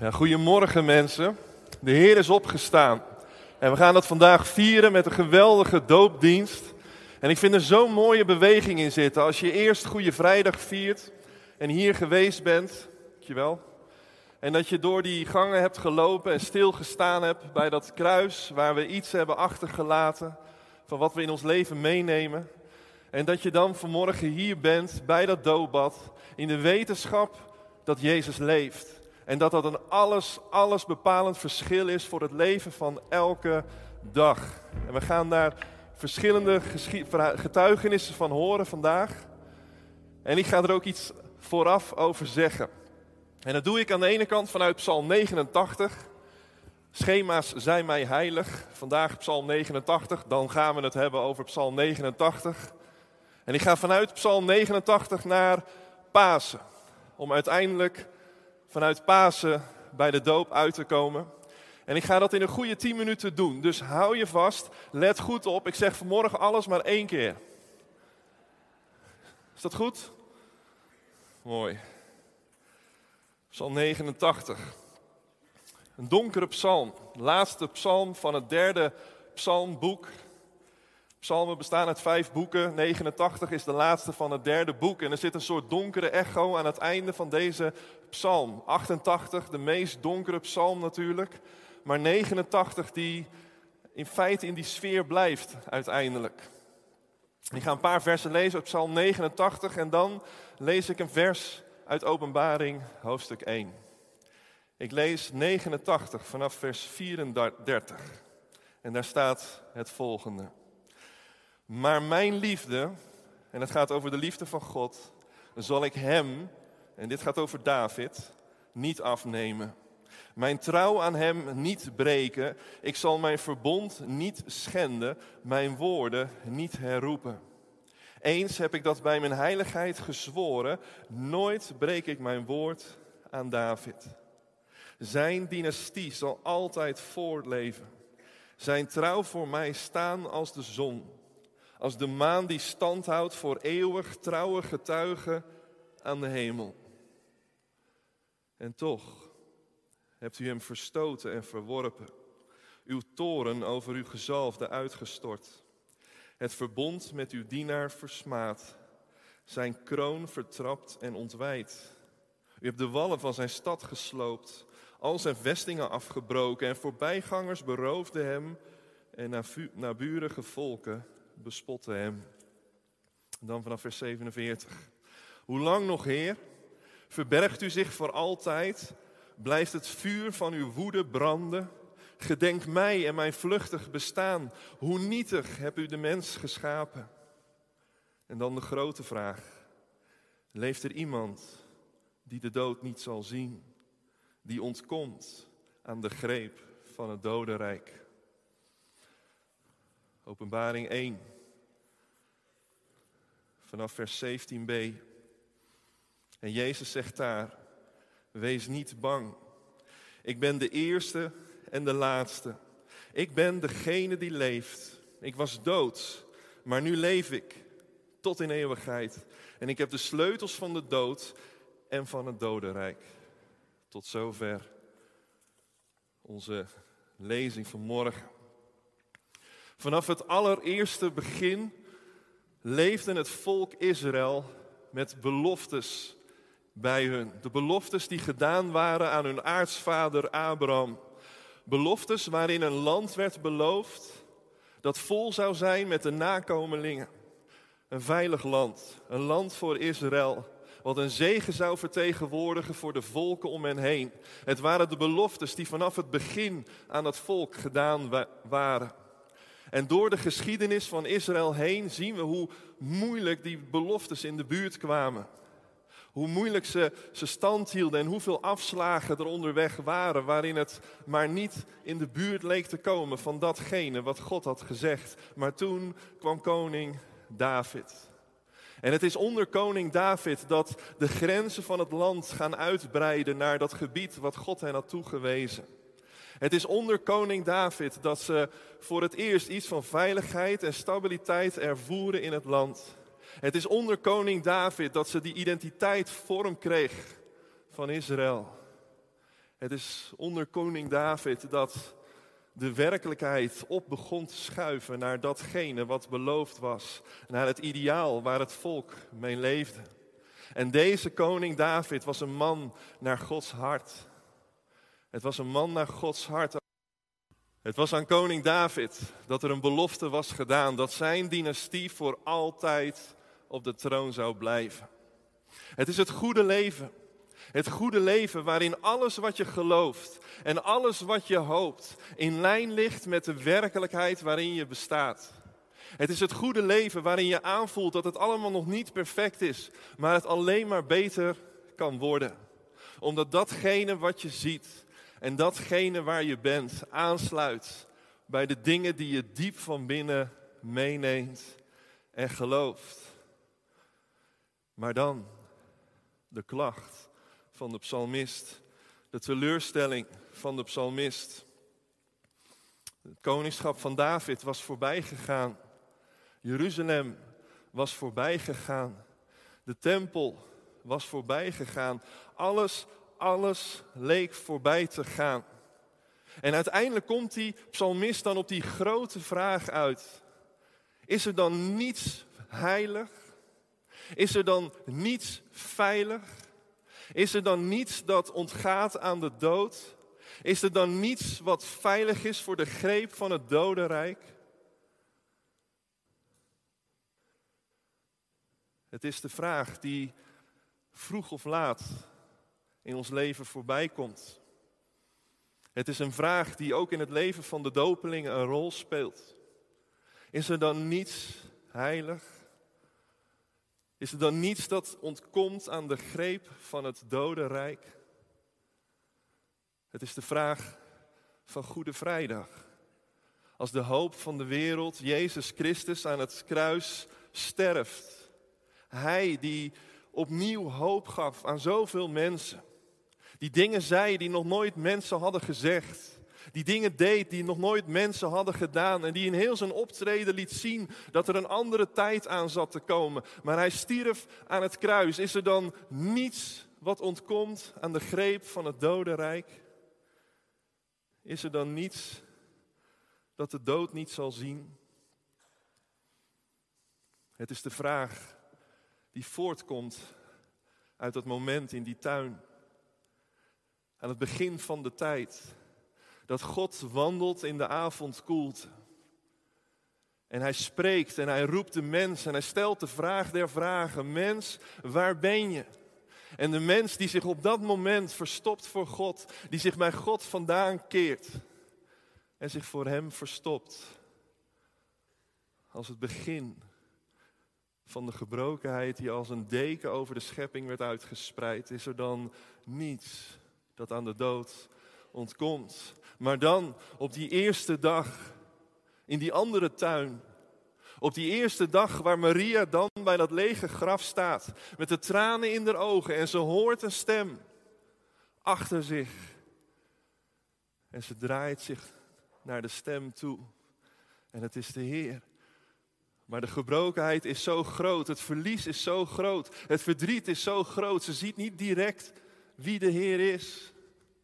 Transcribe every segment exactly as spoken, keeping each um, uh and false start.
Ja, goedemorgen mensen. De Heer is opgestaan. En we gaan dat vandaag vieren met een geweldige doopdienst. En ik vind er zo'n mooie beweging in zitten. Als je eerst Goede Vrijdag viert en hier geweest bent, dankjewel. En dat je door die gangen hebt gelopen en stilgestaan hebt bij dat kruis waar we iets hebben achtergelaten van wat we in ons leven meenemen. En dat je dan vanmorgen hier bent bij dat doopbad in de wetenschap dat Jezus leeft. En dat dat een alles, alles bepalend verschil is voor het leven van elke dag. En we gaan daar verschillende getuigenissen van horen vandaag. En ik ga er ook iets vooraf over zeggen. En dat doe ik aan de ene kant vanuit Psalm negenentachtig. Schema's zijn mij heilig. Vandaag Psalm negenentachtig, dan gaan we het hebben over Psalm negenentachtig. En ik ga vanuit Psalm negenentachtig naar Pasen. Om uiteindelijk vanuit Pasen bij de doop uit te komen. En ik ga dat in een goede tien minuten doen. Dus hou je vast, let goed op. Ik zeg vanmorgen alles maar één keer. Is dat goed? Mooi. Psalm negenentachtig. Een donkere psalm. De laatste psalm van het derde psalmboek. Psalmen bestaan uit vijf boeken. negenentachtig is de laatste van het derde boek. En er zit een soort donkere echo aan het einde van deze psalm. achtentachtig, de meest donkere psalm natuurlijk. Maar negenentachtig die in feite in die sfeer blijft uiteindelijk. Ik ga een paar versen lezen uit Psalm negenentachtig. En dan lees ik een vers uit Openbaring hoofdstuk één. Ik lees negenentachtig vanaf vers vierendertig. En daar staat het volgende. Maar mijn liefde, en het gaat over de liefde van God, zal ik hem, en dit gaat over David, niet afnemen. Mijn trouw aan hem niet breken. Ik zal mijn verbond niet schenden, mijn woorden niet herroepen. Eens heb ik dat bij mijn heiligheid gezworen, nooit breek ik mijn woord aan David. Zijn dynastie zal altijd voortleven. Zijn trouw voor mij staan als de zon. Als de maan die stand houdt voor eeuwig trouwe getuigen aan de hemel. En toch hebt u hem verstoten en verworpen. Uw toorn over uw gezalfde uitgestort. Het verbond met uw dienaar versmaad. Zijn kroon vertrapt en ontwijd. U hebt de wallen van zijn stad gesloopt. Al zijn vestingen afgebroken. En voorbijgangers beroofden hem. En naburige volken bespotten hem. Dan vanaf vers zevenenveertig. Hoe lang nog, Heer? Verbergt u zich voor altijd? Blijft het vuur van uw woede branden? Gedenk mij en mijn vluchtig bestaan. Hoe nietig hebt u de mens geschapen? En dan de grote vraag. Leeft er iemand die de dood niet zal zien? Die ontkomt aan de greep van het dodenrijk? Openbaring één. Vanaf vers zeventien b. En Jezus zegt daar, wees niet bang. Ik ben de eerste en de laatste. Ik ben degene die leeft. Ik was dood, maar nu leef ik tot in eeuwigheid. En ik heb de sleutels van de dood en van het dodenrijk. Tot zover onze lezing van morgen. Vanaf het allereerste begin leefde het volk Israël met beloftes bij hun. De beloftes die gedaan waren aan hun aartsvader Abraham. Beloftes waarin een land werd beloofd dat vol zou zijn met de nakomelingen. Een veilig land, een land voor Israël, wat een zegen zou vertegenwoordigen voor de volken om hen heen. Het waren de beloftes die vanaf het begin aan het volk gedaan wa- waren. En door de geschiedenis van Israël heen zien we hoe moeilijk die beloftes in de buurt kwamen. Hoe moeilijk ze, ze stand hielden en hoeveel afslagen er onderweg waren, waarin het maar niet in de buurt leek te komen van datgene wat God had gezegd. Maar toen kwam koning David. En het is onder koning David dat de grenzen van het land gaan uitbreiden naar dat gebied wat God hen had toegewezen. Het is onder koning David dat ze voor het eerst iets van veiligheid en stabiliteit ervoeren in het land. Het is onder koning David dat ze die identiteit vorm kreeg van Israël. Het is onder koning David dat de werkelijkheid op begon te schuiven naar datgene wat beloofd was. Naar het ideaal waar het volk mee leefde. En deze koning David was een man naar Gods hart. Het was een man naar Gods hart. Het was aan koning David dat er een belofte was gedaan dat zijn dynastie voor altijd op de troon zou blijven. Het is het goede leven. Het goede leven waarin alles wat je gelooft en alles wat je hoopt in lijn ligt met de werkelijkheid waarin je bestaat. Het is het goede leven waarin je aanvoelt dat het allemaal nog niet perfect is, maar het alleen maar beter kan worden. Omdat datgene wat je ziet en datgene waar je bent aansluit bij de dingen die je diep van binnen meeneemt en gelooft. Maar dan de klacht van de psalmist, de teleurstelling van de psalmist. Het koningschap van David was voorbij gegaan. Jeruzalem was voorbij gegaan. De tempel was voorbij gegaan. Alles, alles leek voorbij te gaan. En uiteindelijk komt die psalmist dan op die grote vraag uit. Is er dan niets heilig? Is er dan niets veilig? Is er dan niets dat ontgaat aan de dood? Is er dan niets wat veilig is voor de greep van het dodenrijk? Het is de vraag die vroeg of laat in ons leven voorbij komt. Het is een vraag die ook in het leven van de dopelingen een rol speelt. Is er dan niets heilig? Is er dan niets dat ontkomt aan de greep van het dodenrijk? Het is de vraag van Goede Vrijdag. Als de hoop van de wereld, Jezus Christus, aan het kruis sterft. Hij die opnieuw hoop gaf aan zoveel mensen. Die dingen zei die nog nooit mensen hadden gezegd. Die dingen deed die nog nooit mensen hadden gedaan. En die in heel zijn optreden liet zien dat er een andere tijd aan zat te komen. Maar hij stierf aan het kruis. Is er dan niets wat ontkomt aan de greep van het dodenrijk? Is er dan niets dat de dood niet zal zien? Het is de vraag die voortkomt uit dat moment in die tuin. Aan het begin van de tijd. Dat God wandelt in de avondkoelte. En hij spreekt en hij roept de mens en hij stelt de vraag der vragen. Mens, waar ben je? En de mens die zich op dat moment verstopt voor God. Die zich bij God vandaan keert. En zich voor hem verstopt. Als het begin van de gebrokenheid die als een deken over de schepping werd uitgespreid. Is er dan niets dat aan de dood ontkomt. Maar dan op die eerste dag in die andere tuin. Op die eerste dag waar Maria dan bij dat lege graf staat. Met de tranen in haar ogen en ze hoort een stem achter zich. En ze draait zich naar de stem toe. En het is de Heer. Maar de gebrokenheid is zo groot, het verlies is zo groot, het verdriet is zo groot. Ze ziet niet direct wie de Heer is.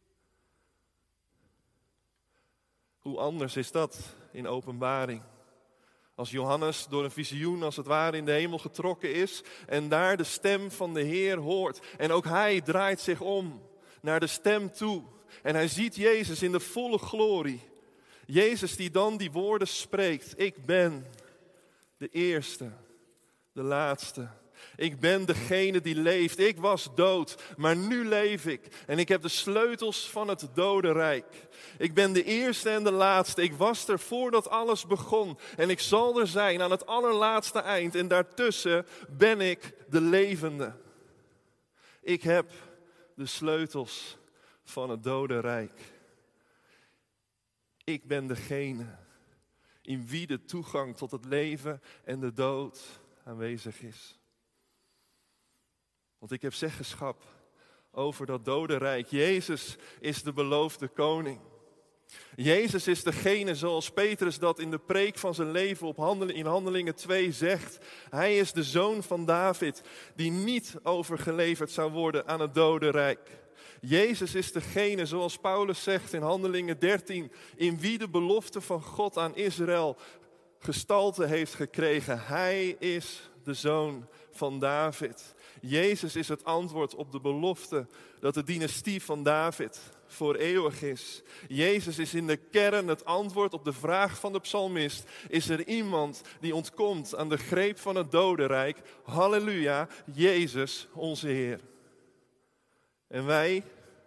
Hoe anders is dat in Openbaring? Als Johannes door een visioen als het ware in de hemel getrokken is en daar de stem van de Heer hoort. En ook hij draait zich om naar de stem toe. En hij ziet Jezus in de volle glorie. Jezus die dan die woorden spreekt. Ik ben de eerste, de laatste. Ik ben degene die leeft. Ik was dood, maar nu leef ik. En ik heb de sleutels van het dodenrijk. Ik ben de eerste en de laatste. Ik was er voordat alles begon. En ik zal er zijn aan het allerlaatste eind. En daartussen ben ik de levende. Ik heb de sleutels van het dodenrijk. Ik ben degene in wie de toegang tot het leven en de dood aanwezig is. Want ik heb zeggenschap over dat dodenrijk. Jezus is de beloofde koning. Jezus is degene, zoals Petrus dat in de preek van zijn leven op handel, in Handelingen twee zegt. Hij is de zoon van David, die niet overgeleverd zou worden aan het dodenrijk. Jezus is degene, zoals Paulus zegt in Handelingen dertien, in wie de belofte van God aan Israël gestalte heeft gekregen. Hij is de zoon van David. Jezus is het antwoord op de belofte dat de dynastie van David voor eeuwig is. Jezus is in de kern het antwoord op de vraag van de psalmist. Is er iemand die ontkomt aan de greep van het dodenrijk? Halleluja, Jezus onze Heer. En wij,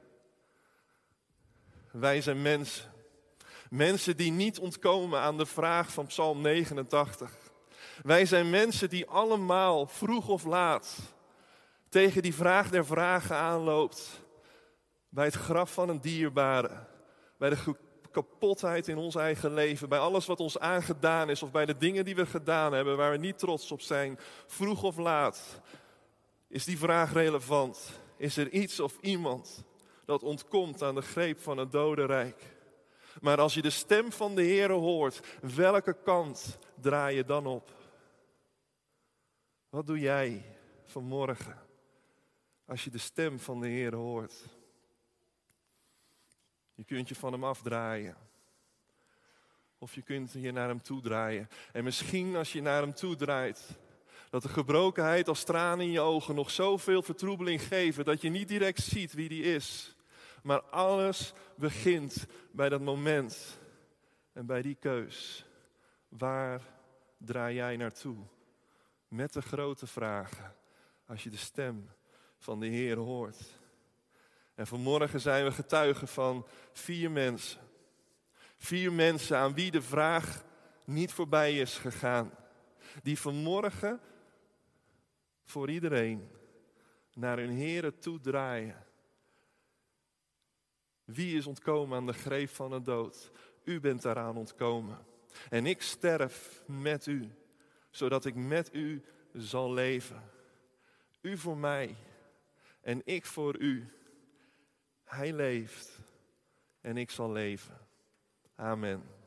wij zijn mensen. Mensen die niet ontkomen aan de vraag van Psalm negenentachtig. Wij zijn mensen die allemaal vroeg of laat tegen die vraag der vragen aanloopt. Bij het graf van een dierbare. Bij de kapotheid in ons eigen leven. Bij alles wat ons aangedaan is. Of bij de dingen die we gedaan hebben waar we niet trots op zijn. Vroeg of laat is die vraag relevant. Is er iets of iemand dat ontkomt aan de greep van het dodenrijk? Maar als je de stem van de Heere hoort, welke kant draai je dan op? Wat doe jij vanmorgen als je de stem van de Heere hoort? Je kunt je van hem afdraaien. Of je kunt je naar hem toe draaien. En misschien als je naar hem toe draait, dat de gebrokenheid als tranen in je ogen nog zoveel vertroebeling geven, dat je niet direct ziet wie die is. Maar alles begint bij dat moment en bij die keus. Waar draai jij naartoe? Met de grote vragen, als je de stem van de Heer hoort. En vanmorgen zijn we getuigen van vier mensen. Vier mensen aan wie de vraag niet voorbij is gegaan. Die vanmorgen voor iedereen naar hun Heere toe draaien. Wie is ontkomen aan de greep van de dood? U bent daaraan ontkomen. En ik sterf met u, zodat ik met u zal leven. U voor mij en ik voor u. Hij leeft en ik zal leven. Amen.